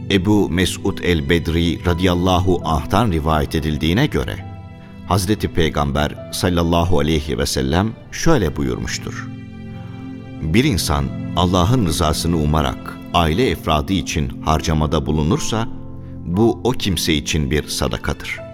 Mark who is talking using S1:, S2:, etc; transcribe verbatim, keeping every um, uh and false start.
S1: Ebu Mes'ud el-Bedri radıyallahu anh'tan rivayet edildiğine göre Hazreti Peygamber sallallahu aleyhi ve sellem şöyle buyurmuştur: Bir insan Allah'ın rızasını umarak aile efradı için harcamada bulunursa bu o kimse için bir sadakadır.